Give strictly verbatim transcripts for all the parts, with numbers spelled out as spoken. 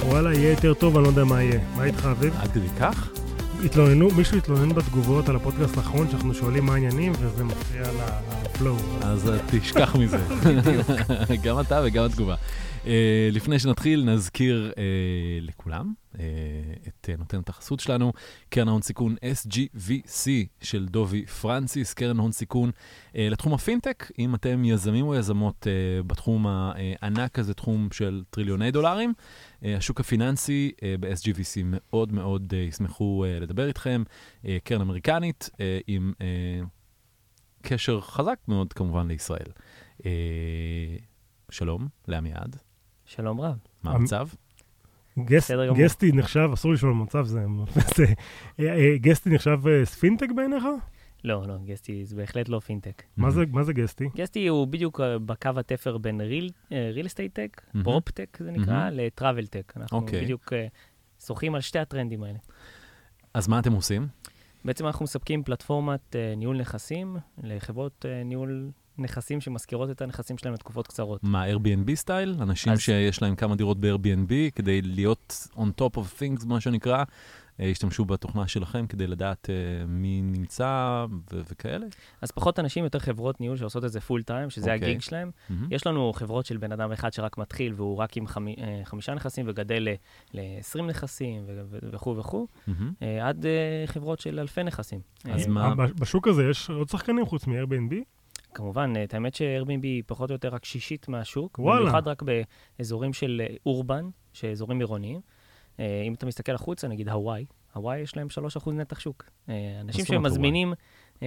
וואלה, יהיה יותר טוב, אני לא יודע מה יהיה. מה איתך, אביב? עד כדי כך? התלוננו, מישהו התלונן בתגובות על הפודקאסט האחרון, שאנחנו שואלים מה העניינים, וזה מפריע לפלואו. אז תשכח מזה. גם אתה וגם התגובה. לפני שנתחיל, נזכיר לכולם את נותנת החסות שלנו, קרן ההון סיכון אס ג'י וי סי של דובי פרנסיס, קרן הון סיכון לתחום הפינטק. אם אתם יזמים או יזמות בתחום הענק הזה, תחום של טריליוני דולרים, השוק הפיננסי ב-אס ג'י וי סי מאוד מאוד ישמחו לדבר איתכם. קרן אמריקנית עם קשר חזק מאוד כמובן לישראל. שלום, לעמיעד. שלום רב. מה המצב? גסטי נחשב, אסור לשאול מצב, זה... גסטי נחשב פינטק בעיניך? לא, לא, גסטי זה בהחלט לא פינטק. מה זה גסטי? גסטי הוא בדיוק בקו התפר בין ריל אסטייט טק, פרופ טק זה נקרא, לטראבל טק. אנחנו בדיוק שוחים על שתי הטרנדים האלה. אז מה אתם עושים? בעצם אנחנו מספקים פלטפורמת ניהול נכסים לחברות ניהול נכסים שמזכירות את הנכסים שלהם לתקופות קצרות. מה, Airbnb סטייל? אנשים שיש להם כמה דירות ב-Airbnb כדי להיות on top of things, מה שנקרא, השתמשו בתוכנה שלכם כדי לדעת מי נמצא וכאלה? אז פחות אנשים, יותר חברות ניהול שעושות את זה פול טיים, שזה הגיג שלהם. יש לנו חברות של בן אדם אחד שרק מתחיל, והוא רק עם חמישה נכסים וגדל ל-עשרים נכסים וכו' וכו', עד חברות של אלפי נכסים. אז מה? בשוק הזה יש עוד שחקנים חוץ מ-Airbnb? כמובן, את האמת ש-Airbnb היא פחות או יותר רק שישית מהשוק, וואלה. במיוחד רק באזורים של אורבן, שאזורים עירוניים. אם אתה מסתכל החוצה, נגיד הוואי, הוואי יש להם שלושה אחוז נתח שוק. אנשים שמזמינים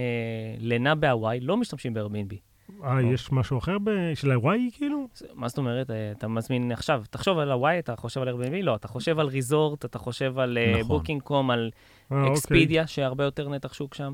לינה בהוואי לא משתמשים ב-Airbnb. אה, יש משהו אחר של הוואי כאילו? מה זאת אומרת? אתה מזמין עכשיו, תחשוב על הוואי, אתה חושב על Airbnb? לא, אתה חושב על ריזורט, אתה חושב על בוקינג דוט קום, על אקספידיה, שהרבה יותר נתח שוק שם,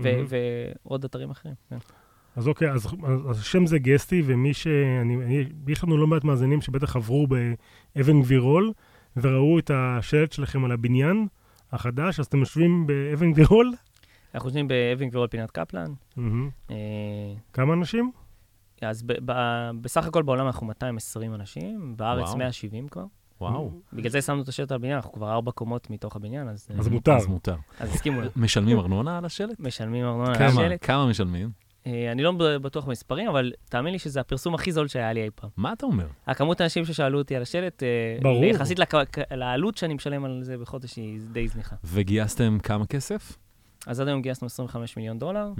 ועוד אתרים אחרים. אז אוקיי, אז, אז השם זה גסטי, ומי ש... אני, יש לנו לא מעט מאזינים שבטח עברו באבן גבירול, וראו את השלט שלכם על הבניין החדש, אז אתם יושבים באבן גבירול? אנחנו יושבים באבן גבירול פינת קפלן. Mm-hmm. אה... כמה אנשים? אז ב- ב- בסך הכל בעולם אנחנו מאתיים ועשרים אנשים, בארץ וואו. מאה שבעים כבר. וואו. בגלל זה שמנו את השלט על הבניין, אנחנו כבר ארבע קומות מתוך הבניין, אז... אז מותר. אז מותר. אז הסכימו. משלמים ארנונה על השלט? משלמים ארנונה על השלט. כמה משלמים? אני לא בטוח במספרים, אבל תאמין לי שזה הפרסום הכי זול שהיה לי אי פעם. מה אתה אומר? הכמות האנשים ששאלו אותי על השלט, ברור. יחסית לעלות שאני משלם על זה בחודש היא די זניחה. וגייסתם כמה כסף? אז עד היום גייסנו עשרים וחמישה מיליון דולר,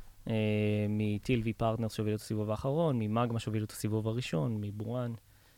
מ-טי אל וי פרטנרס שהובילו את הסיבוב האחרון, ממגמה שהובילו את הסיבוב הראשון, מבורן,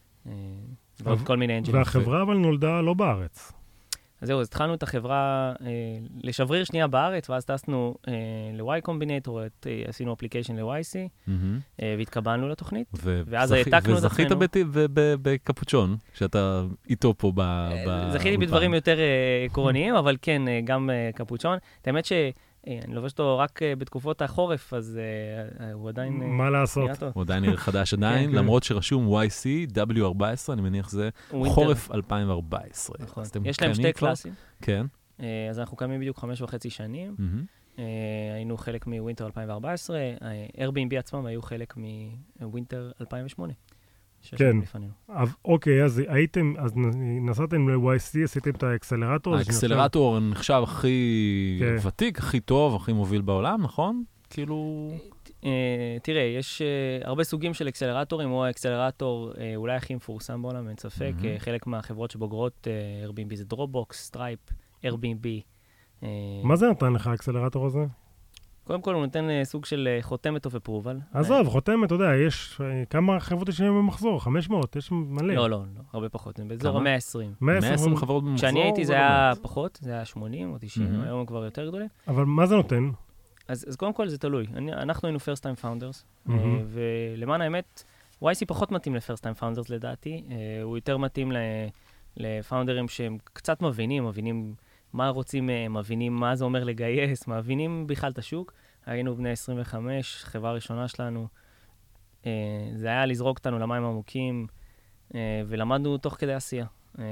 ועוד כל מיני אנג'לים. והחברה אבל נולדה לא בארץ. אז זהו, אז התחלנו את החברה אה, לשבריר שנייה בארץ, ואז טסנו אה, ל-Y Combinator, את, אה, עשינו אפליקיישן ל-וואי סי, mm-hmm. אה, והתקבלנו לתוכנית, ו- ואז זכ... העתקנו את עצמנו. וזכית בקפוצ'ון, שאתה איתו פה ב... אה, זכיתי בדברים יותר אה, עקרוניים, אבל כן, אה, גם אה, קפוצ'ון. את האמת ש... אני לובש אותו רק בתקופות החורף, אז הוא עדיין... מה לעשות? הוא עדיין נראה חדש עדיין, למרות שרשום וואי סי, דאבליו ארבע עשרה, אני מניח זה חורף אלפיים וארבע עשרה. נכון. יש להם שתי קלאסים. כן. אז אנחנו קיימים בדיוק חמש וחצי שנים. היינו חלק מווינטר אלפיים וארבע עשרה, Airbnb עצמם היו חלק מווינטר אלפיים ושמונה. כן, אוקיי, אז הייתם, אז נסעתם ל-וואי סי, עשיתם את האקסלרטור? האקסלרטור נחשב הכי ותיק, הכי טוב, הכי מוביל בעולם, נכון? כאילו... תראה, יש הרבה סוגים של אקסלרטורים, הוא האקסלרטור אולי הכי מפורסם בעולם, אין ספק, חלק מהחברות שבוגרות Airbnb זה דרופבוקס, סטרייפ, Airbnb. מה זה נתן לך האקסלרטור הזה? קודם כל, הוא נותן סוג של חותמת of approval. עזוב, חותמת, אתה יודע, יש כמה חברות יש להם במחזור? חמש מאות, יש מלא. לא, לא, לא, הרבה פחות, זה באזור מאה ועשרים. מאה ועשרים חברות במחזור? כשאני הייתי זה היה פחות, זה היה שמונים או תשעים, היום הם כבר יותר גדולים. אבל מה זה נותן? אז קודם כל זה תלוי. אנחנו היינו first time founders, ולמען האמת, וואי סי פחות מתאים ל-first time founders לדעתי, הוא יותר מתאים לפאונדרים שהם קצת מבינים, מבינים מה רוצים מהם, מבינים מה זה אומר לגייס, מבינים בכלל את השוק. היינו בני עשרים וחמש, חברה ראשונה שלנו. זה היה לזרוק אותנו למים עמוקים, ולמדנו תוך כדי עשייה.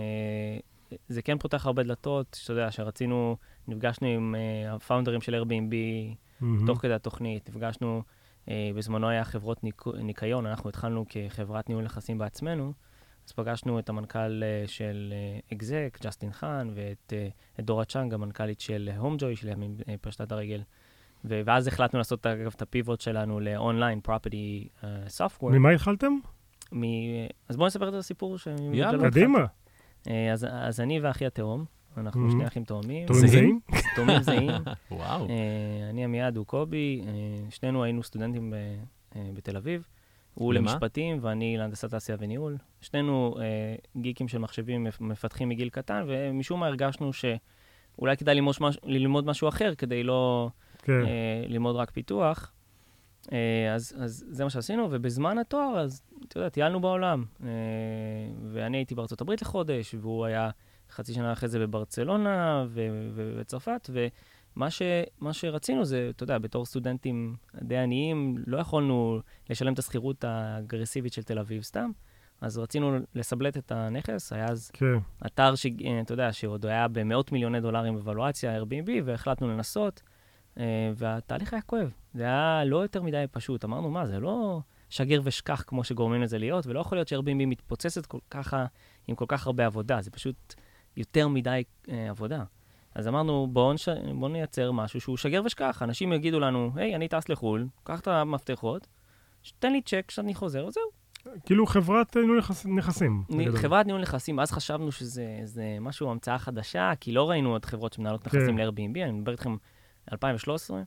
זה כן פותח הרבה דלתות, שאתה יודע, שרצינו, נפגשנו עם הפאונדרים של Airbnb תוך כדי התוכנית, נפגשנו, בזמנו היה חברות ניקיון, אנחנו התחלנו כחברת ניהול נכסים בעצמנו, אז אז פגשנו את המנכ"ל של אקזק, ג'סטין חן, ואת את דורה צ'אנג, המנכ"לית של הומג'וי, של פרשת הרגל. ואז החלטנו לעשות אגב את הפיבוט שלנו לאונליין פרופרטי סופטוור. ממה התחלתם? אז בואו נספר את הסיפור. יאללה, קדימה. אז אני ואחי התאום, אנחנו שני אחים תאומים. תאומים זהים? תאומים זהים. וואו. אני עמיעד, הוא קובי, שנינו היינו סטודנטים בתל אביב. הוא למשפטים ואני להנדסת תעשייה וניהול. שנינו גיקים של מחשבים מפתחים מגיל קטן, ומשום מה הרגשנו שאולי כדאי ללמוד משהו אחר, כדי לא ללמוד רק פיתוח. אז זה מה שעשינו, ובזמן התואר, אז אתה יודע, טיילנו בעולם. ואני הייתי בארצות הברית לחודש, והוא היה חצי שנה אחרי זה בברצלונה ובצרפת, ומה ש, מה שרצינו זה, אתה יודע, בתור סטודנטים די עניים, לא יכולנו לשלם את השכירות האגרסיבית של תל אביב סתם, אז רצינו לסבלט את הנכס, היה אז okay. אתר שאתה יודע, שעוד היה במאות מיליוני דולרים בוולואציה, Airbnb, והחלטנו לנסות, והתהליך היה כואב. זה היה לא יותר מדי פשוט. אמרנו, מה, זה לא שגר ושכח כמו שגורמים לזה להיות, ולא יכול להיות ש-Airbnb מתפוצצת כל ככה, עם כל כך הרבה עבודה. זה פשוט יותר מדי אה, עבודה. אז אמרנו, בואו נש... בוא נייצר משהו שהוא שגר ושכח. אנשים יגידו לנו, היי, אני טס לחול, קח את המפתחות, תן לי צ'ק שאני חוזר, זהו. כאילו חברת ניהול נכסים. חברת ניהול נכסים, אז חשבנו שזה משהו, המצאה חדשה, כי לא ראינו עוד חברות שמנהלות נכסים ל-Airbnb, אני מדבר איתכם אלפיים ושלוש עשרה,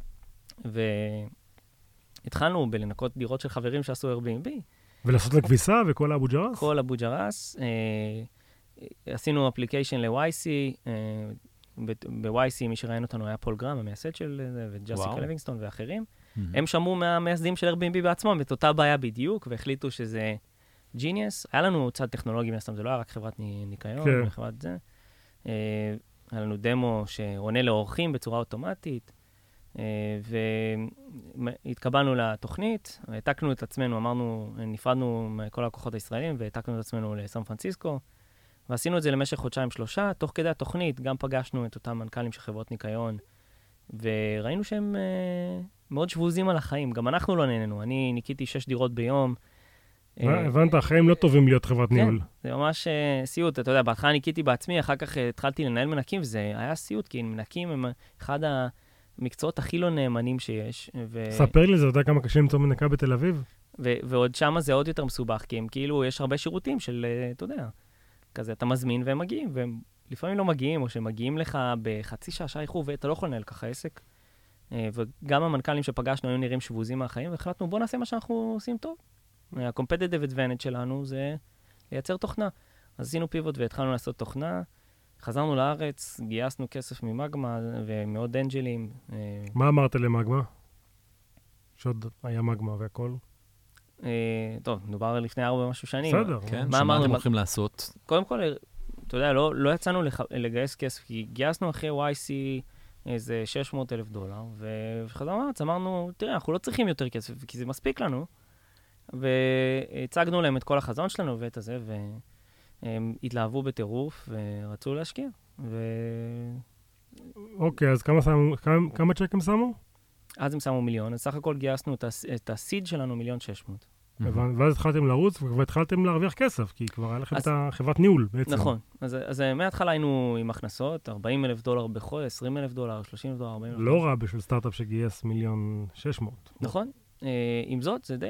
והתחלנו בלנקות דירות של חברים שעשו Airbnb. ולעשות לכביסה וכל אבו ג'רס? כל אבו ג'רס. עשינו אפליקיישן ל-וואי סי, ב-וואי סי מי שראיין אותנו היה פול גרם, המייסד של זה, וג'סיקה לוינגסטון ואחרים. הם שמעו מהמייסדים של Airbnb בעצמם, את אותה בעיה בדיוק, והחליטו שזה ג'יניוס. היה לנו צד טכנולוגי מהסתם, זה לא היה רק חברת ניקיון, וחברת זה. היה לנו דמו שעונה לאורחים בצורה אוטומטית, והתקבלנו לתוכנית, העתקנו את עצמנו, אמרנו, נפרדנו מכל הכוחות הישראלים, והעתקנו את עצמנו לסן פרנסיסקו, ועשינו את זה למשך חודשיים שלושה. תוך כדי התוכנית גם פגשנו את אותם מנכ"לים של חברות ניקיון, וראינו שהם מאוד שבוזים על החיים. גם אנחנו לא נהנינו. אני ניקיתי שש דירות ביום. הבנת, החיים לא טובים להיות חברת ניהול. זה ממש סיוט. אתה יודע, בהתחלה ניקיתי בעצמי, אחר כך התחלתי לנהל מנקים, וזה היה סיוט, כי מנקים הם אחד המקצועות הכי לא נאמנים שיש. ספר לי, זה יודע כמה קשה למצוא מנקה בתל אביב? ועוד שמה זה עוד יותר מסובך, כי הם כאילו, יש הרבה שירותים של, אתה יודע, כזה, אתה מזמין והם מגיעים, והם לפעמים לא מגיעים, או שהם מגיעים לך בחצי שעה, שעה איחור, ואתה לא יכול לנהל ככה עסק. וגם המנכ"לים שפגשנו היו נראים שבוזים מהחיים, והחלטנו, בוא נעשה מה שאנחנו עושים טוב. ה-competitive advantage שלנו זה לייצר תוכנה. אז עשינו פיבוט והתחלנו לעשות תוכנה, חזרנו לארץ, גייסנו כסף ממגמה ומאוד אנג'לים. מה אמרת למגמה? שעוד היה מגמה והכל? טוב, מדובר לפני ארבע משהו שנים. בסדר. כן, שמה אתם הולכים לעשות? קודם כל, אתה יודע, לא יצאנו לגייס כסף, כי גייסנו אחרי וואי סי איזה שש מאות אלף דולר, וחזרנו לארץ, אמרנו, תראה, אנחנו לא צריכים יותר כסף, כי זה מספיק לנו. והצגנו להם את כל החזון שלנו ואת הזה, והם התלהבו בטירוף ורצו להשקיע. ו... אוקיי, אז כמה, שמו, כמה, כמה צ'ק הם שמו? אז הם שמו מיליון, אז סך הכל גייסנו את הסיד שלנו מיליון שש מאות. ואז התחלתם לרוץ וכבר התחלתם להרוויח כסף, כי כבר היה לכם את החברת ניהול בעצם. נכון, אז, אז מההתחלה היינו עם הכנסות, ארבעים אלף דולר בחודש, עשרים אלף דולר, שלושים אלף דולר, ארבעים אלף דולר. לא רע בשביל סטארט-אפ שגייס מיליון שש מאות. נכון, עם זאת זה די,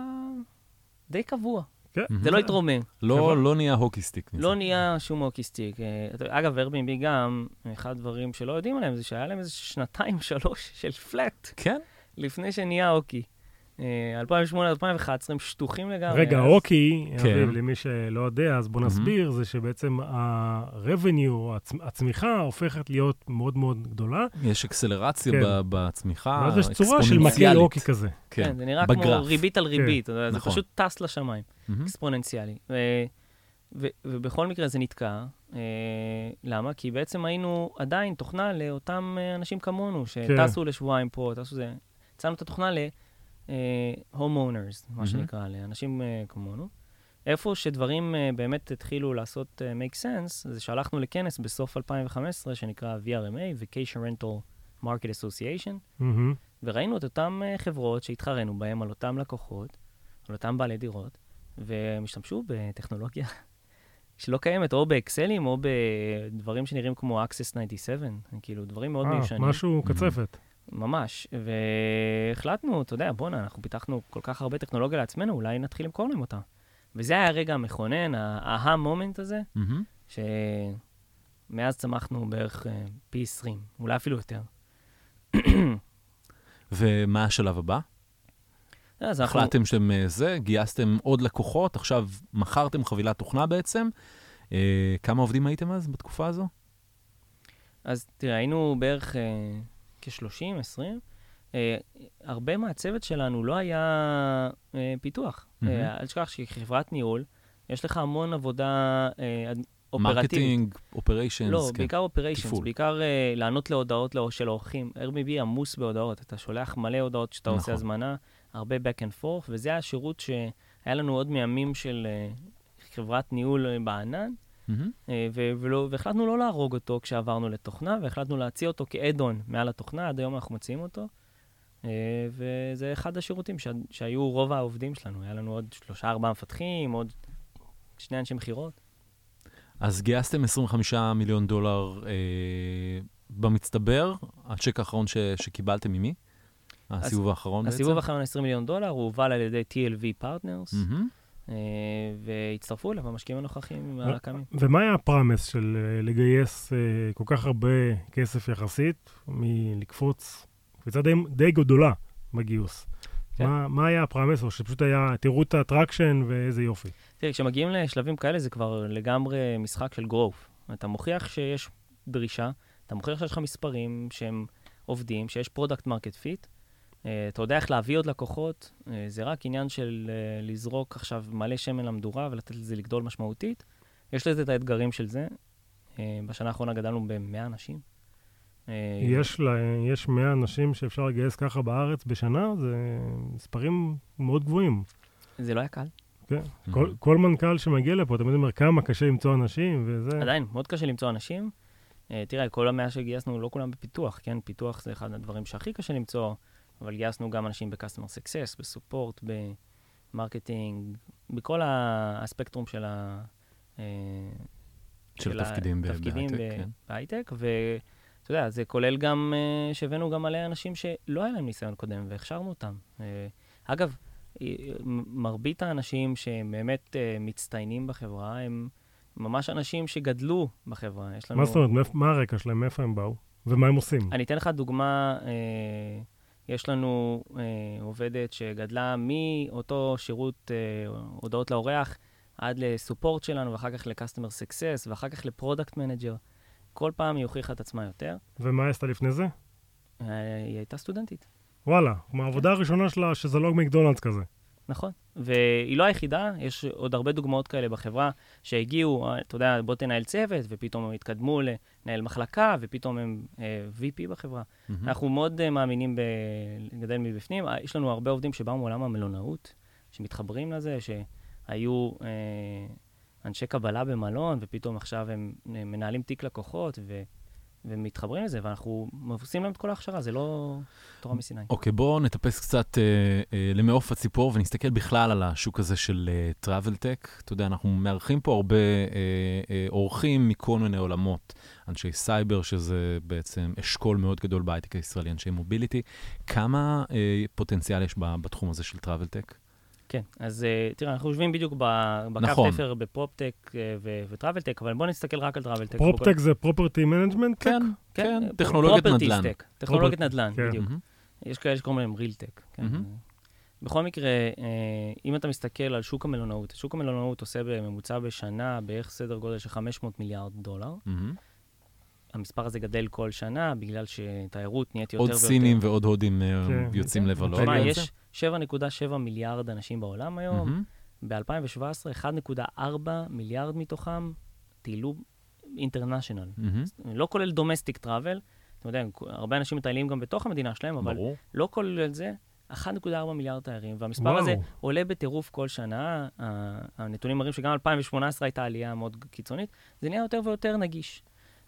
די קבוע. כן. זה לא התרומם. לא, לא נהיה הוקיסטיק. לא נהיה שום הוקיסטיק. אגב, Airbnb גם, אחד הדברים שלא יודעים עליהם, זה שהיה להם איזה שנתיים, שלוש של פלט. כן. לפני שנהיה הוקי. אלפיים ושמונה עד אלפיים ואחת עשרה הם שטוחים לגמרי. רגע, הוקי, למי שלא יודע, אז בוא נסביר, זה שבעצם ה-revenue, הצמיחה, הופכת להיות מאוד מאוד גדולה. יש אקסלרציה בצמיחה, ואז יש צורה של מקל הוקי כזה. כן, זה נראה כמו ריבית על ריבית, זה פשוט טס לשמיים, אקספוננציאלי. ובכל מקרה זה נתקע. למה? כי בעצם היינו עדיין תוכנה לאותם אנשים כמונו, שטסו לשבועיים פה, טסו זה. הצענו את התוכנה ל... homeowners, מה שנקרא, לאנשים כמונו. איפה שדברים באמת התחילו לעשות make sense, זה שהלכנו לכנס בסוף אלפיים וחמש עשרה, שנקרא וי אר אם איי, Vacation Rental Market Association, וראינו את אותם חברות שהתחרנו בהם על אותם לקוחות, על אותם בעלי דירות, והם השתמשו בטכנולוגיה שלא קיימת, או באקסלים, או בדברים שנראים כמו Access תשעים ושבע, כאילו דברים מאוד מיושנים. אה, משהו קצפת. ממש, והחלטנו, אתה יודע, בוא'נה, אנחנו פיתחנו כל כך הרבה טכנולוגיה לעצמנו, אולי נתחיל למכור להם אותה. וזה היה הרגע המכונן, ההה-מומנט הזה, שמאז צמחנו בערך פי עשרים, אולי אפילו יותר. ומה השלב הבא? החלטתם שאתם זה, גייסתם עוד לקוחות, עכשיו מכרתם חבילת תוכנה בעצם. כמה עובדים הייתם אז בתקופה הזו? אז תראה, היינו בערך כ-שלושים, עשרים. הרבה מהצוות שלנו לא היה פיתוח. אל תשכח שכחברת ניהול, יש לך המון עבודה אופרטיבית. מרקטינג, אופריישנס. לא, בעיקר אופריישנס, בעיקר לענות להודעות של האורחים. Airbnb עמוס בהודעות, אתה שולח מלא הודעות שאתה עושה הזמנה, הרבה back and forth, וזה השירות שהיה לנו עוד מימים של חברת ניהול בענן, והחלטנו לא להרוג אותו כשעברנו לתוכנה, והחלטנו להציע אותו כאדון מעל התוכנה, עד היום אנחנו מציעים אותו, וזה אחד השירותים שהיו רוב העובדים שלנו. היה לנו עוד שלושה, ארבעה מפתחים, עוד שני אנשי מחירות. אז גייסתם עשרים וחמישה מיליון דולר במצטבר, הצ'ק האחרון שקיבלתם ממי? הסיבוב האחרון בעצם? הסיבוב האחרון עשרים מיליון דולר, הוא הובל על ידי טי אל וי Partners, והצטרפו אליו המשקיעים הנוכחים הקיימים. ומה היה הפרמס של לגייס כל כך הרבה כסף יחסית, מלקפוץ קפיצה די גדולה בגיוס? מה היה הפרמס, או שפשוט היה, תראו את הטרקשן ואיזה יופי? תראה, כשמגיעים לשלבים כאלה, זה כבר לגמרי משחק של גרוף. אתה מוכיח שיש דרישה, אתה מוכיח שיש לך מספרים שהם עובדים, שיש פרודקט מרקט פיט, אתה יודע איך להביא עוד לקוחות, זה רק עניין של לזרוק עכשיו מלא שמן למדורה ולתת לזה לגדול משמעותית. יש לזה את האתגרים של זה. בשנה האחרונה גדלנו ב-מאה אנשים. יש, לה, יש מאה אנשים שאפשר לגייס ככה בארץ בשנה, זה מספרים מאוד גבוהים. זה לא היה קל. כן. Mm-hmm. כל, כל מנכ"ל שמגיע לפה, אתה אומר כמה קשה למצוא אנשים וזה... עדיין, מאוד קשה למצוא אנשים. Uh, תראה, כל המאה שגייסנו לא כולם בפיתוח, כן? פיתוח זה אחד הדברים שהכי קשה למצוא, אבל גייסנו גם אנשים ב-Customer Success, בסופורט, במרקטינג, בכל הספקטרום של ה... Uh, של, של התפקידים בהייטק, ב- ו... אתה יודע, זה כולל גם, uh, שהבאנו גם מלא אנשים שלא היה להם ניסיון קודם, והכשרנו אותם. Uh, אגב, מרבית האנשים שהם באמת uh, מצטיינים בחברה, הם ממש אנשים שגדלו בחברה. יש לנו... מה זאת אומרת? מה הרקע שלהם? מאיפה הם באו? ומה הם עושים? אני אתן לך דוגמה, uh, יש לנו uh, עובדת שגדלה מאותו שירות uh, הודעות לאורח, עד לסופורט שלנו, ואחר כך ל-Customer Success, ואחר כך לפרודקט מנג'ר. כל פעם היא הוכיחה את עצמה יותר. ומה עשתה לפני זה? היא הייתה סטודנטית. וואלה, כמו העבודה הראשונה שלה, שזה לא מקדונלדס כזה. נכון, והיא לא היחידה, יש עוד הרבה דוגמאות כאלה בחברה, שהגיעו, אתה יודע, בוא תנהל צוות, ופתאום הם התקדמו לנהל מחלקה, ופתאום הם וי פי בחברה. Mm-hmm. אנחנו מאוד מאמינים בגדל מבפנים. יש לנו הרבה עובדים שבאו מעולם המלונאות, שמתחברים לזה, שהיו... אנשי קבלה במלון, ופתאום עכשיו הם מנהלים תיק לקוחות, ו... ומתחברים לזה, ואנחנו עושים להם את כל ההכשרה, זה לא תורה מסיני. אוקיי, בואו נטפס קצת אה, אה, למעוף הציפור, ונסתכל בכלל על השוק הזה של טראבל טק. אתה יודע, אנחנו מארחים פה הרבה אה, אה, אורחים מכל מיני עולמות, אנשי סייבר, שזה בעצם אשכול מאוד גדול בהייטק הישראלי, אנשי מוביליטי. כמה אה, פוטנציאל יש בתחום הזה של טראבל טק? כן, אז uh, תראה, אנחנו יושבים בדיוק בקו נכון. תפר בפרופטק uh, וטראבלטק, אבל בואו נסתכל רק על טראבלטק. פרופטק זה פרופרטי מנג'מנט טק? כן, כן, טכנולוגיית נדל"ן. טכנולוגיית נדל"ן, בדיוק. יש כאלה שקוראים להם ריל טק. בכל מקרה, אם אתה מסתכל על שוק המלונאות, שוק המלונאות עושה בממוצע בשנה בערך סדר גודל של חמש מאות מיליארד דולר. המספר הזה גדל כל שנה, בגלל שתיירות נהיית יותר ויותר. עוד סינים ועוד הודים יוצאים לבלות. יש שבע נקודה שבע מיליארד אנשים בעולם היום. ב-אלפיים שבע עשרה, אחד נקודה ארבע מיליארד מתוכם טיילו אינטרנשיונל. לא כולל דומסטיק טראבל. אתם יודעים, הרבה אנשים מטיילים גם בתוך המדינה שלהם, אבל לא כולל זה. אחד נקודה ארבע מיליארד תיירים, והמספר הזה עולה בטירוף כל שנה. הנתונים מראים שגם אלפיים שמונה עשרה הייתה עלייה מאוד קיצונית. זה נהיה יותר ויותר נגיש.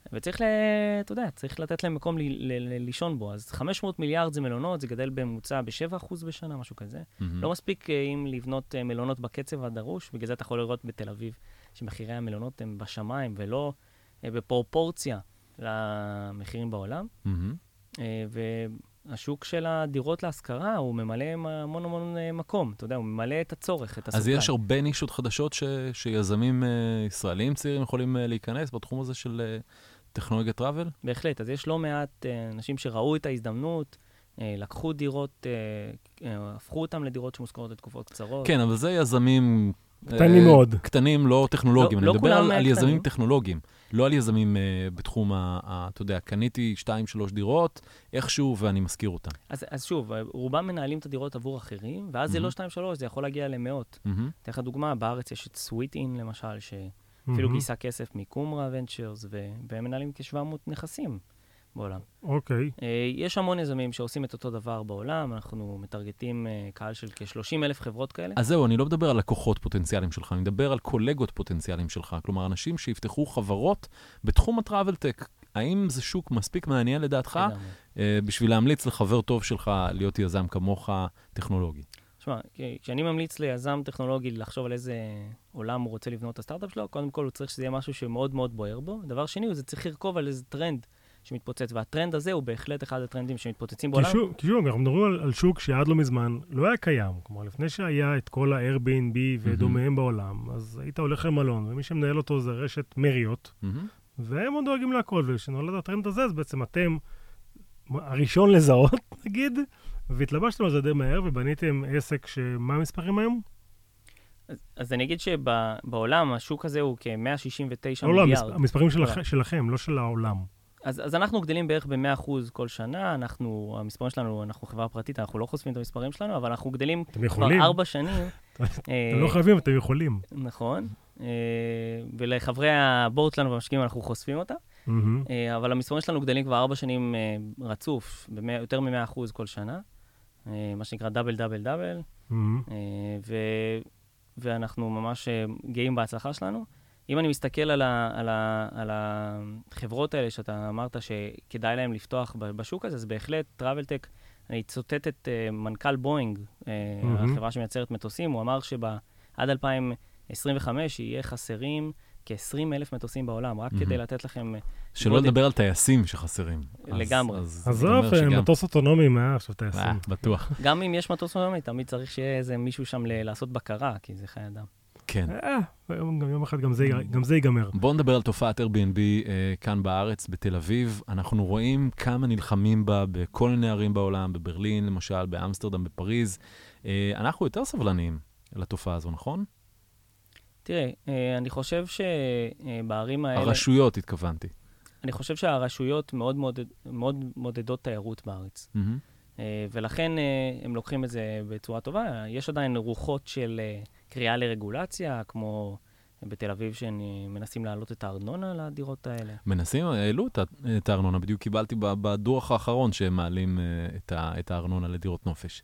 וצריך, ל... אתה יודע, צריך לתת להם מקום ל... ל... ל... לישון בו. אז חמש מאות מיליארד זה מלונות, זה גדל בממוצע ב-שבעה אחוז בשנה, משהו כזה. Mm-hmm. לא מספיק אם לבנות מלונות בקצב הדרוש, בגלל זה אתה יכול לראות בתל אביב, שמחירי המלונות הם בשמיים, ולא בפרופורציה למחירים בעולם. Mm-hmm. והשוק של הדירות להשכרה, הוא ממלא המון המון מקום, אתה יודע, הוא ממלא את הצורך, את הסוכר. אז יש הרבה נישות חדשות ש... שיזמים ישראלים צעירים יכולים להיכנס בתחום הזה של טכנולוגיה טראבל? בהחלט, אז יש לא מעט אנשים שראו את ההזדמנות, לקחו דירות, הפכו אותם לדירות שמושכרות לתקופות קצרות. כן, אבל זה יזמים... קטנים מאוד. קטנים, לא טכנולוגיים. לא, אני מדבר לא על, על יזמים טכנולוגיים, לא על יזמים uh, בתחום, ה, ה, אתה יודע, קניתי שתיים, שלוש דירות, איכשהו, ואני מזכיר אותם. אז, אז שוב, רובם מנהלים את הדירות עבור אחרים, ואז mm-hmm. זה לא שתיים, שלוש, זה יכול להגיע למאות. Mm-hmm. תלך לדוגמה, בארץ יש את סוויט-אין, למשל, שאפילו mm-hmm. גייסה כסף מקומרה ונצ'רס, והם מנהלים כ-שבע מאות נכסים בעולם. אוקיי. Uh, יש המון יזמים שעושים את אותו דבר בעולם, אנחנו מטרגטים uh, קהל של כ-שלושים אלף חברות כאלה. אז זהו, אני לא מדבר על לקוחות פוטנציאליים שלך, אני מדבר על קולגות פוטנציאליים שלך, כלומר, אנשים שיפתחו חברות בתחום הטראבל-טק. האם זה שוק מספיק מעניין לדעתך, uh, בשביל להמליץ לחבר טוב שלך להיות יזם כמוך טכנולוגי? תשמע, כשאני ממליץ ליזם טכנולוגי לחשוב על איזה עולם הוא רוצה לבנות את הסטארט-אפ שלו, קודם כל הוא צריך שזה יהיה משהו שמאוד מאוד בוער בו. דבר שני, הוא צריך לרכוב על איזה טרנד שמתפוצץ, והטרנד הזה הוא בהחלט אחד הטרנדים שמתפוצצים בעולם. כי שוב, אנחנו מדברים על, על שוק שעד לא מזמן לא היה קיים. כלומר, לפני שהיה את כל ה-Airbnb ודומיהם בעולם, אז היית הולך למלון, ומי שמנהל אותו זה רשת מריות, והם עוד דואגים להכל, וכשנולד הטרנד הזה, אז בעצם אתם הראשון לזהות, נגיד, והתלבשתם על זה די מהר, ובניתם עסק שמה המספרים היום? אז, אז אני אגיד שבעולם השוק הזה הוא כ-מאה שישים ותשע לא, מיליארד. לא, המספרים שלכ, שלכם, לא של העולם. אז, אז אנחנו גדלים בערך ב-מאה אחוז כל שנה, אנחנו, המספרים שלנו, אנחנו חברה פרטית, אנחנו לא חושפים את המספרים שלנו, אבל אנחנו גדלים כבר ארבע שנים. אתם לא חייבים, אתם יכולים. נכון, ולחברי הבורד שלנו והמשקיעים אנחנו חושפים אותה, אבל המספרים שלנו גדלים כבר ארבע שנים רצוף, יותר מ-מאה אחוז כל שנה, מה שנקרא דאבל דאבל דאבל, ואנחנו ממש גאים בהצלחה שלנו. אם אני מסתכל על, ה, על, ה, על החברות האלה שאתה אמרת שכדאי להם לפתוח בשוק הזה, אז בהחלט טראבל-טק, אני צוטט את uh, מנכ"ל בואינג, uh, mm-hmm. החברה שמייצרת מטוסים, הוא אמר שעד אלפיים עשרים וחמש יהיה חסרים כ-עשרים אלף מטוסים בעולם, רק mm-hmm. כדי לתת לכם... שלא לדבר על טייסים שחסרים. לגמרי. עזוב, מטוס אוטונומי, מה עכשיו טייסים? בטוח. גם אם יש מטוס אוטונומי, תמיד צריך שיהיה איזה מישהו שם לעשות בקרה, כי זה חיי אדם. כן. גם יום אחד גם זה ייגמר. בואו נדבר על תופעת Airbnb כאן בארץ, בתל אביב. אנחנו רואים כמה נלחמים בה בכל מיני ערים בעולם, בברלין למשל, באמסטרדם, בפריז. אנחנו יותר סבלניים לתופעה הזו, נכון? תראה, אני חושב שבערים האלה... הרשויות התכוונתי. אני חושב שהרשויות מאוד מאוד מודדות תיירות בארץ. ולכן הם לוקחים את זה בצורה טובה. יש עדיין רוחות של קריאה לרגולציה, כמו בתל אביב, שמנסים להעלות את הארנונה לדירות האלה. מנסים, העלו את הארנונה. בדיוק קיבלתי בדוח האחרון שהם מעלים את הארנונה לדירות נופש.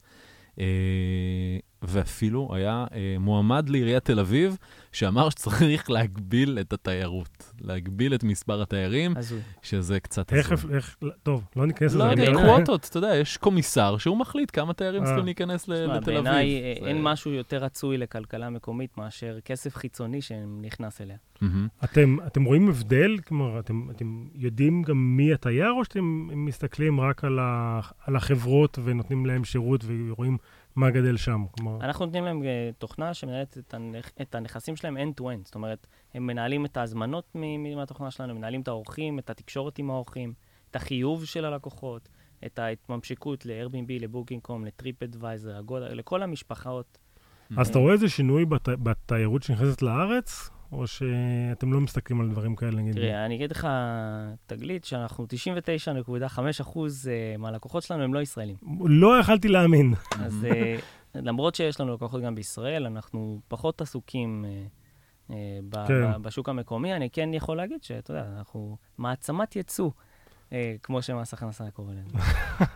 ואפילו היה מועמד לעיריית תל אביב, שאמר שצריך להגביל את התיירות, להגביל את מספר התיירים, שזה קצת... איך, איך, טוב, לא ניכנס לזה. לא יודע, קווטות, אתה יודע, יש קומיסר שהוא מחליט כמה תיירים צריכים להיכנס לתל אביב. בעיניי אין משהו יותר רצוי לכלכלה מקומית מאשר כסף חיצוני שנכנס אליה. אתם רואים הבדל? כלומר, אתם יודעים גם מי התייר, או שאתם מסתכלים רק על החברות ונותנים להם שירות ורואים מה גדל שם? אנחנו נותנים להם תוכנה שמנהלת את הנכסים שלהם end-to-end. זאת אומרת, הם מנהלים את ההזמנות מהתוכנה שלנו, מנהלים את האורחים, את התקשורת עם האורחים, את החיוב של הלקוחות, את ההתממשקות ל-Airbnb, לבוקינג קום, לטריפ אדוויזר, אגודה, לכל המשפחות. אז אתה רואה איזה שינוי בתיירות שנכנסת לארץ? או שאתם לא מסתכלים על דברים כאלה, נגיד? תראה, אני אגיד לך תגלית שאנחנו תשעים ותשע נקודה חמש אחוז מהלקוחות שלנו הם לא ישראלים. לא יכלתי להאמין. אז למרות שיש לנו לקוחות גם בישראל, אנחנו פחות עסוקים בשוק המקומי. אני כן יכול להגיד שאתה יודע, אנחנו מעצמת יצוא, כמו שמס הכנסה קורא לנו.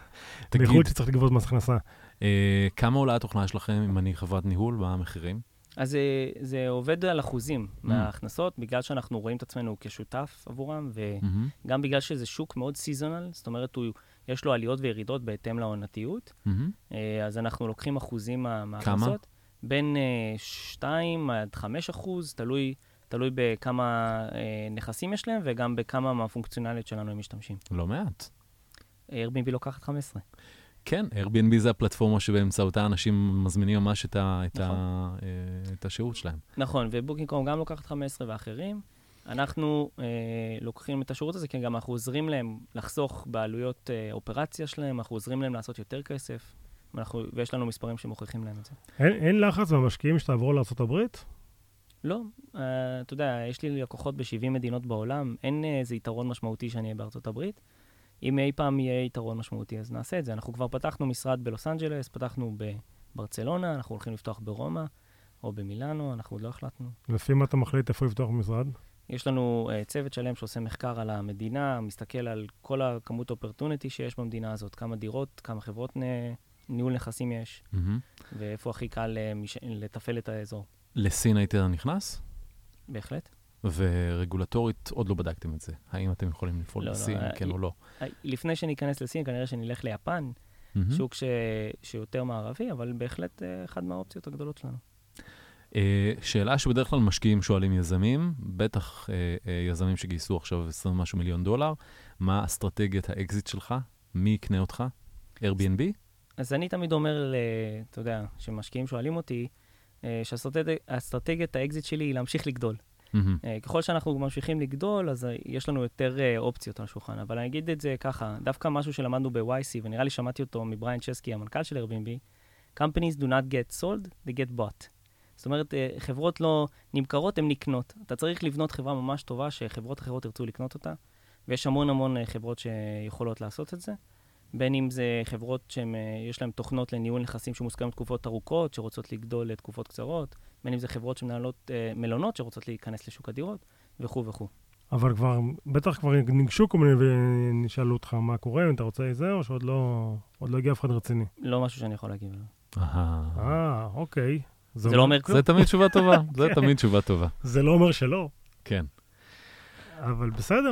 בייחוד שצריך לגבות מס הכנסה. כמה עולה התוכנה שלכם, אם אני חברת ניהול, מה המחירים? אז זה, זה עובד על אחוזים mm. מההכנסות, בגלל שאנחנו רואים את עצמנו כשותף עבורם, וגם mm-hmm. בגלל שזה שוק מאוד סיזונל, זאת אומרת, הוא, יש לו עליות וירידות בהתאם לעונתיות, mm-hmm. אז אנחנו לוקחים אחוזים מההכנסות. כמה? בין שתיים עד חמש אחוז, תלוי, תלוי בכמה נכסים יש להם, וגם בכמה מהפונקציונליות שלנו הם משתמשים. לא מעט. Airbnb לוקחת חמש עשרה. כן, Airbnb זה הפלטפורמה שבאמצעותה אנשים מזמינים ממש את, ה, את, נכון. ה, את השירות שלהם. נכון, ובוקינג.קום גם לוקחת חמש עשרה ואחרים. אנחנו אה, לוקחים את השירות הזה, כי גם אנחנו עוזרים להם לחסוך בעלויות אה, אופרציה שלהם, אנחנו עוזרים להם לעשות יותר כסף, ואנחנו, ויש לנו מספרים שמוכיחים להם את זה. אין, אין לחץ במשקיעים שתעברו לארצות הברית? לא. אה, אתה יודע, יש לי לקוחות ב-שבעים מדינות בעולם, אין איזה יתרון משמעותי שאני אהיה בארצות הברית. אם אי פעם יהיה יתרון משמעותי, אז נעשה את זה. אנחנו כבר פתחנו משרד בלוס אנג'לס, פתחנו בברצלונה, אנחנו הולכים לפתוח ברומא, או במילאנו, אנחנו עוד לא החלטנו. לפי מה אתה מחליט איפה לפתוח משרד? יש לנו uh, צוות שלם שעושה מחקר על המדינה, מסתכל על כל הכמות אופרטוניטי שיש במדינה הזאת, כמה דירות, כמה חברות נ... ניהול נכסים יש, mm-hmm. ואיפה הכי קל uh, מש... לטפל את האזור. לסין היית נכנס? בהחלט. ורגולטורית עוד לא בדקתם את זה. האם אתם יכולים לפעול לא, לסין, לא, כן י... או לא? לפני שניכנס לסין, כנראה שנלך ליפן, mm-hmm. שוק ש... שיותר מערבי, אבל בהחלט uh, אחד מהאופציות הגדולות שלנו. Uh, שאלה שבדרך כלל משקיעים שואלים יזמים, בטח uh, uh, יזמים שגייסו עכשיו עשרים משהו מיליון דולר, מה אסטרטגיית האקזיט שלך? מי יקנה אותך? Airbnb? אז אני תמיד אומר, אתה יודע, שמשקיעים שואלים אותי, uh, שהאסטרטגיית האקזיט שלי היא להמשיך לגדול. Mm-hmm. Uh, ככל שאנחנו ממשיכים לגדול, אז uh, יש לנו יותר uh, אופציות על השולחן. אבל אני אגיד את זה ככה, דווקא משהו שלמדנו ב-וואי סי, ונראה לי שמעתי אותו מבריין צ'סקי, המנכ"ל של Airbnb, companies do not get sold, they get bought. זאת אומרת, חברות לא נמכרות, הן נקנות. אתה צריך לבנות חברה ממש טובה שחברות אחרות ירצו לקנות אותה, ויש המון המון חברות שיכולות לעשות את זה. בין אם זה חברות שיש להן תוכנות לניהול נכסים שמוסכמים תקופות ארוכות, שרוצות לגדול לתקופות קצרות, בין אם זה חברות שמנהלות מלונות שרוצות להיכנס לשוק הדירות, וכו' וכו'. אבל כבר, בטח כבר ניגשו כל מיני ונשאלו אותך מה קורה, אם אתה רוצה את זה, או שעוד לא, עוד לא הגיע אף אחד רציני? לא משהו שאני יכול להגיב עליו. אה, אוקיי. זה לא אומר כלום. זה תמיד תשובה טובה, זה תמיד תשובה טובה. זה לא אומר שלא. כן. אבל בסדר.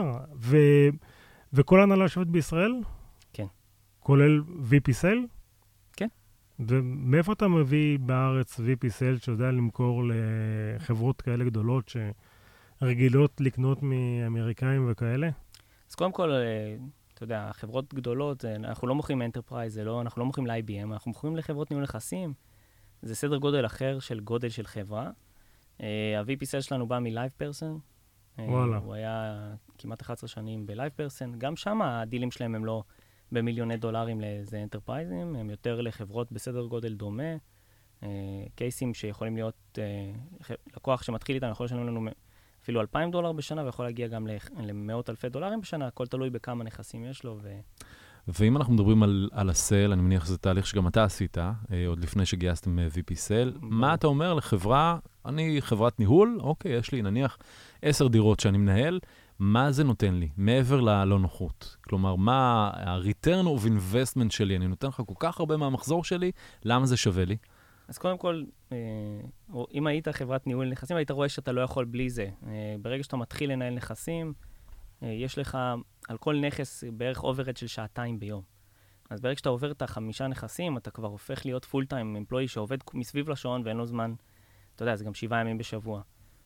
וכל ההנהלה יושבת בישראל? כן. כולל וי פי סייל? כן. ומאיפה אתה מביא בארץ וי פי סייל שיודע למכור לחברות כאלה גדולות שרגילות לקנות מאמריקאים וכאלה? אז קודם כל, אתה יודע, חברות גדולות, אנחנו לא מוכרים אנטרפרייז, אנחנו לא מוכרים ל-איי בי אם, אנחנו מוכרים לחברות ניהול נכסים. זה סדר גודל אחר של גודל של חברה. ה-וי פי סייל שלנו בא מ-Live Person. וואלה. הוא היה כמעט אחת עשרה שנים ב-Live Person. גם שם הדילים שלהם הם לא במיליוני דולרים לאיזה אנטרפרייזים, הם יותר לחברות בסדר גודל דומה. קייסים שיכולים להיות, לקוח שמתחיל איתנו, יכול לשלם לנו אפילו אלפיים דולר בשנה, ויכול להגיע גם למאות אלפי דולרים בשנה, הכל תלוי בכמה נכסים יש לו. ו... ואם אנחנו מדברים על, על הסייל, אני מניח שזה תהליך שגם אתה עשית, אה, עוד לפני שגייסתם וי פי סייל, מה אתה אומר לחברה, אני חברת ניהול, אוקיי, יש לי נניח עשר דירות שאני מנהל, מה זה נותן לי, מעבר ללא נוחות? כלומר, מה ה-return of investment שלי, אני נותן לך כל כך הרבה מהמחזור שלי, למה זה שווה לי? אז קודם כל, אם היית חברת ניהול נכסים, היית רואה שאתה לא יכול בלי זה. ברגע שאתה מתחיל לנהל נכסים, יש לך על כל נכס בערך אוברד של שעתיים ביום. אז ברגע שאתה עובר את החמישה נכסים, אתה כבר הופך להיות פול טיים אמפלואי שעובד מסביב לשעון ואין לו זמן, אתה יודע, זה גם שבעה ימים בשבוע.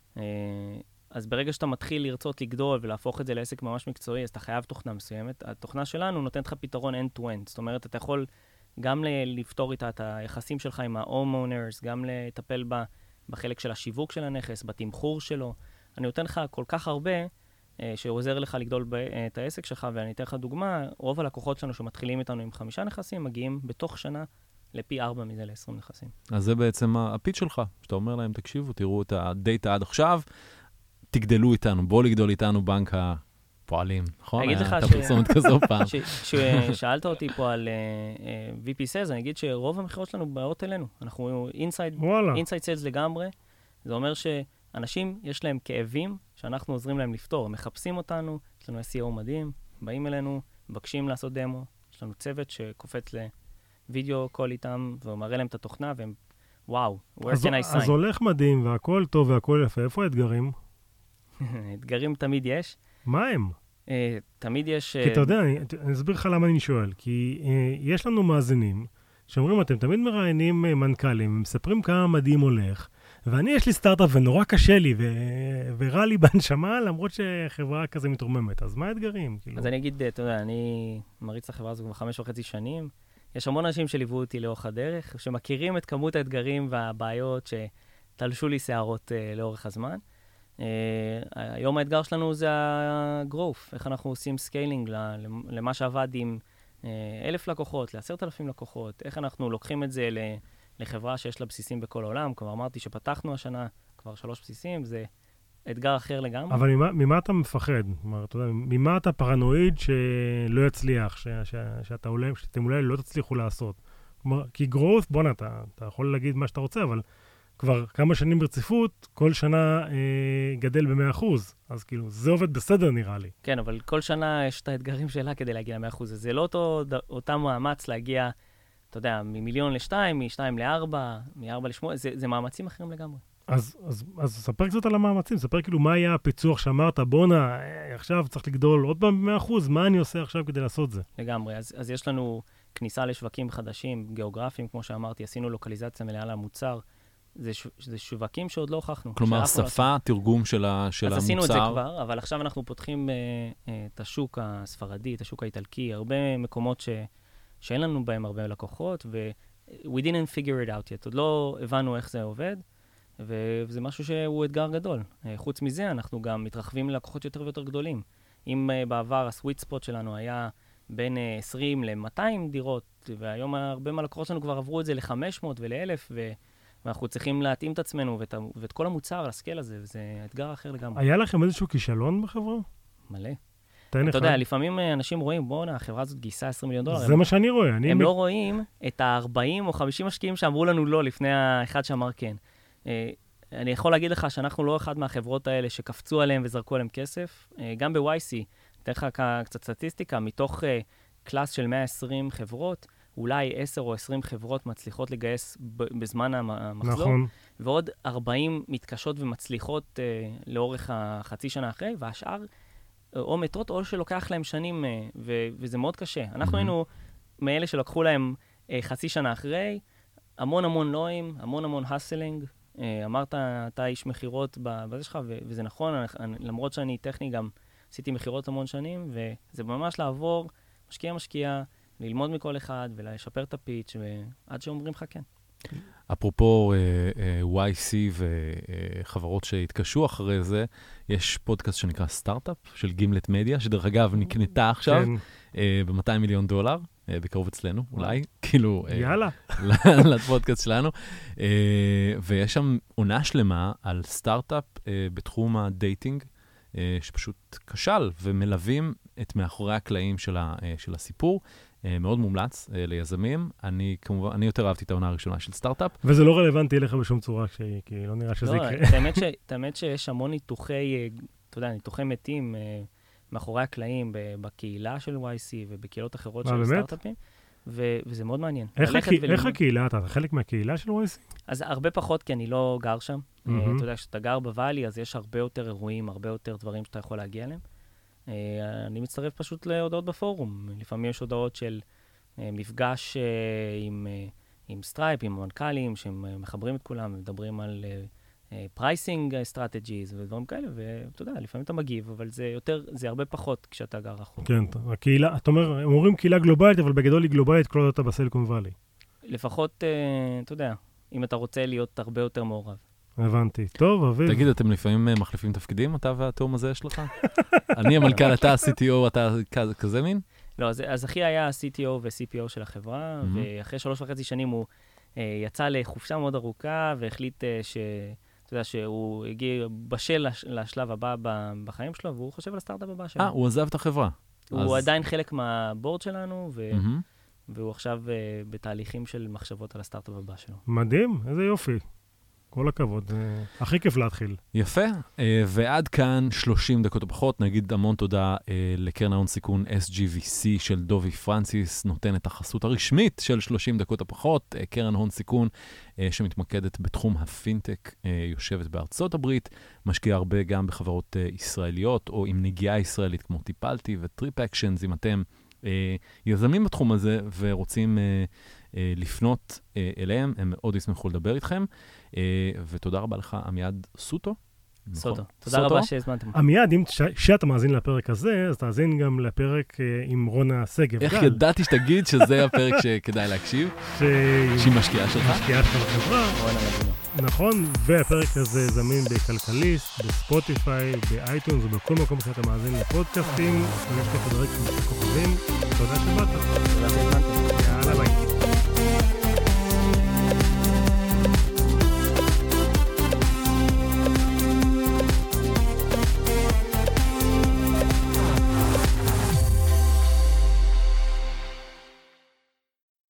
אז ברגע שאתה מתחיל לרצות לגדול ולהפוך את זה לעסק ממש מקצועי, אז אתה חייב תוכנה מסוימת. התוכנה שלנו נותנת לך פתרון end-to-end. זאת אומרת, אתה יכול גם לפתור איתה את היחסים שלך עם ה-homeowners, גם לטפל בחלק של השיווק של הנכס, בתמחור שלו. אני נותן לך כל כך הרבה שעוזר לך לגדול את העסק שלך, ואני אתן לך דוגמה, רוב הלקוחות שלנו שמתחילים איתנו עם חמישה נכסים, מגיעים בתוך שנה לפי ארבע מזה ל-עשרים נכסים. אז זה בעצם הפיץ שלך, שאתה אומר להם, תקשיבו, תראו את הדאטה עד עכשיו, תגדלו איתנו, בוא לגדול איתנו בנק הפועלים, נכון? אני אגיד לך פרסומת כזו פעם. ששאלת אותי פה על וי פי Sales, אני אגיד שרוב המחירות שלנו באות אלינו. אנחנו inside sales לגמרי. זה אומר שאנשים, יש להם כאבים שאנחנו עוזרים להם לפתור. הם מחפשים אותנו, יש לנו אס אי או מדהים, באים אלינו, מבקשים לעשות דמו. יש לנו צוות שקופץ לוידאו קול איתם, ומראה להם את התוכנה, והם וואו, where אז, can I sign? אז הולך מדהים, והכל טוב והכל יפה. איפה האתגרים? אתגרים תמיד יש. מה הם? Uh, תמיד יש... כי אתה יודע, אני, אני אסביר לך למה אני שואל. כי uh, יש לנו מאזינים שאומרים, אתם תמיד מראיינים uh, מנכ"לים, מספרים כמה מדהים הולך, ואני יש לי סטארט-אפ ונורא קשה לי, ו... ורע לי בנשמה, למרות שחברה כזה מתרוממת. אז מה האתגרים? כאילו? אז אני אגיד, אתה יודע, אני מריץ לחברה הזו כבר חמש וחצי שנים. יש המון אנשים שליוו אותי לאורך הדרך, שמכירים את כמות האתגרים והבעיות שתלשו לי שערות uh, לאורך הזמן. Uh, היום האתגר שלנו זה ה-growth, איך אנחנו עושים סקיילינג למה שעבד עם uh, אלף לקוחות, לעשרת אלפים לקוחות, איך אנחנו לוקחים את זה לחברה שיש לה בסיסים בכל העולם. כבר אמרתי שפתחנו השנה כבר שלוש בסיסים, זה אתגר אחר לגמרי. אבל ממה, ממה אתה מפחד? כלומר, אתה יודע, ממה אתה פרנואיד שלא יצליח, ש, ש, שאתה אולי, שאתם אולי לא תצליחו לעשות? כלומר, כי growth, בוא אתה, אתה יכול להגיד מה שאתה רוצה, אבל כבר כמה שנים ברציפות, כל שנה אה, גדל ב-מאה אחוז. אז כאילו, זה עובד בסדר נראה לי. כן, אבל כל שנה יש את האתגרים שלה כדי להגיע ל-מאה אחוז. זה לא אותו, אותם מאמץ להגיע, אתה יודע, ממיליון לשתיים, משתיים לארבע, מארבע לשמונה, זה, זה מאמצים אחרים לגמרי. אז, אז, אז ספר קצת על המאמצים, ספר כאילו מה היה הפיצוח שאמרת, בונה, עכשיו צריך לגדול עוד פעם ב-מאה אחוז, מה אני עושה עכשיו כדי לעשות זה? לגמרי, אז, אז יש לנו כניסה לשווקים חדשים, גיאוגרפיים, כמו שאמרתי, עשינו לוקליזציה מלאה למוצר, זה, ש, זה שווקים שעוד לא הוכחנו. כלומר, שפה, תרגום של, ה, של אז המוצר. אז עשינו את זה כבר, אבל עכשיו אנחנו פותחים uh, uh, את השוק הספרדי, את השוק האיטלקי, הרבה מקומות ש, שאין לנו בהם הרבה לקוחות, ו- we didn't figure it out yet, עוד לא הבנו איך זה עובד, וזה משהו שהוא אתגר גדול. חוץ מזה, אנחנו גם מתרחבים ללקוחות יותר ויותר גדולים. אם בעבר הסוויט ספוט שלנו היה בין עשרים ל-מאתיים דירות, והיום הרבה מהלקוחות שלנו כבר עברו את זה ל-חמש מאות ול-אלף, ואנחנו צריכים להתאים את עצמנו ואת, ואת כל המוצר לסקייל הזה, וזה אתגר אחר לגמרי. היה לכם איזשהו כישלון בחברה? מלא. אתה אחד. יודע, לפעמים אנשים רואים, בואו, החברה הזאת גייסה עשרים מיליון דולר. זה הם, מה שאני רואה. אני הם מ... לא רואים את ה-ארבעים או חמישים משקיעים שאמרו לנו לא, לפני האחד שאמר כן. אני יכול להגיד לך שאנחנו לא אחד מהחברות האלה שקפצו עליהם וזרקו עליהם כסף. גם ב-וואי סי, אתן לך קצת סטטיסטיקה, מתוך קלאס של מאה ועשרים חברות, אולי עשר או עשרים חברות מצליחות לגייס בזמן המחזור, נכון. ועוד ארבעים מתקשות ומצליחות לאורך החצי שנה אחרי, והשאר או מטרות או שלוקח להם שנים, וזה מאוד קשה. אנחנו היינו מאלה שלקחו להם חצי שנה אחרי, המון המון נועים, המון המון הסלינג, אמרת, אתה איש מחירות בזה שלך, וזה נכון, למרות שאני טכני גם עשיתי מחירות המון שנים, וזה ממש לעבור משקיע משקיע, ללמוד מכל אחד ולשפר את הפיץ' ועד שאומרים לך כן. אפרופו וואי סי וחברות שהתקשו אחרי זה, יש פודקאסט שנקרא סטארט-אפ של גימלט מדיה, שדרך אגב נקנתה עכשיו ב-מאתיים מיליון דולר. בקרוב אצלנו, אולי, כאילו, יאללה. לפודקאסט שלנו. ויש שם עונה שלמה על סטארט-אפ בתחום הדייטינג, שפשוט כשל, ומלווים את מאחורי הקלעים של הסיפור. מאוד מומלץ ליזמים. אני כמובן, אני יותר אהבתי את העונה הראשונה של סטארט-אפ. וזה לא רלוונטי אליך בשום צורה, כי לא נראה שזה יקרה. לא, האמת שיש המון ניתוחי, אתה יודע, ניתוחי מתים, מאחורי הקלעים בקהילה של וואי סי ובקהילות אחרות של סטארט-אפים, וזה מאוד מעניין. איך הקהילה? אתה חלק מהקהילה של וואי סי? אז הרבה פחות, כי אני לא גר שם. אתה יודע, כשאתה גר בוואלי, אז יש הרבה יותר אירועים, הרבה יותר דברים שאתה יכול להגיע אליהם. אני מצטרף פשוט להודעות בפורום. לפעמים יש הודעות של מפגש עם סטרייפ, עם המנכ"לים, שהם מחברים את כולם, מדברים על פרייסינג סטרטג'יז ודברים כאלה, ואתה יודע, לפעמים אתה מגיב, אבל זה יותר, זה הרבה פחות כשאתה גר רחוק. כן, הקהילה, אתה אומר, הם אומרים קהילה גלובלית, אבל בגדול היא גלובלית כל עוד אתה בסיליקון וואלי. לפחות, אתה יודע, אם אתה רוצה להיות הרבה יותר מעורב. הבנתי. טוב, אביב. תגיד, אתם לפעמים מחליפים תפקידים, אתה והתאום הזה יש לך? אני המנכ"ל, אתה ה-סי טי או, אתה כזה מין? לא, אז אחי היה ה-סי טי או ו-סי פי או של החברה, ואחרי שלוש וחצי שנים הוא יצא לחופשה מאוד ארוכה, והחליט ש... אתה יודע שהוא הגיע בשל לשלב הבא בחיים שלו, והוא חושב על הסטארט-אפ הבא שלו. אה, הוא עזב את החברה. הוא עדיין חלק מהבורד שלנו, והוא עכשיו בתהליכים של מחשבות על הסטארט-אפ הבא שלו. מדהים, איזה יופי. כל הכבוד, הכי כיף להתחיל. יפה, ועד כאן שלושים דקות או פחות, נגיד המון תודה לקרן ההון סיכון אס ג'י וי סי של דובי פרנסיס, נותן את החסות הרשמית של שלושים דקות או פחות, קרן הון סיכון שמתמקדת בתחום הפינטק, יושבת בארצות הברית, משקיעה הרבה גם בחברות ישראליות, או עם נגיעה ישראלית כמו טיפלתי וטריפ אקשנס, אם אתם יזמים בתחום הזה ורוצים לפנות אליהם, הם מאוד ישמחו לדבר איתכם. ותודה רבה לך, עמיעד סוטו. סוטו. תודה רבה שהזמנתם. עמיעד, אם שאתה מאזין לפרק הזה, אז תאזין גם לפרק עם רונה סגב. איך ידעתי שתגיד שזה הפרק שכדאי להקשיב? שהיא משקיעה שלך? משקיעה של החברה. נכון, והפרק הזה זמין בכלכליסט, בספוטיפיי, באייטונס ובכל מקום שאתה מאזין לפודקאסטים. יש לך דרק כוכבים. תודה שבאת.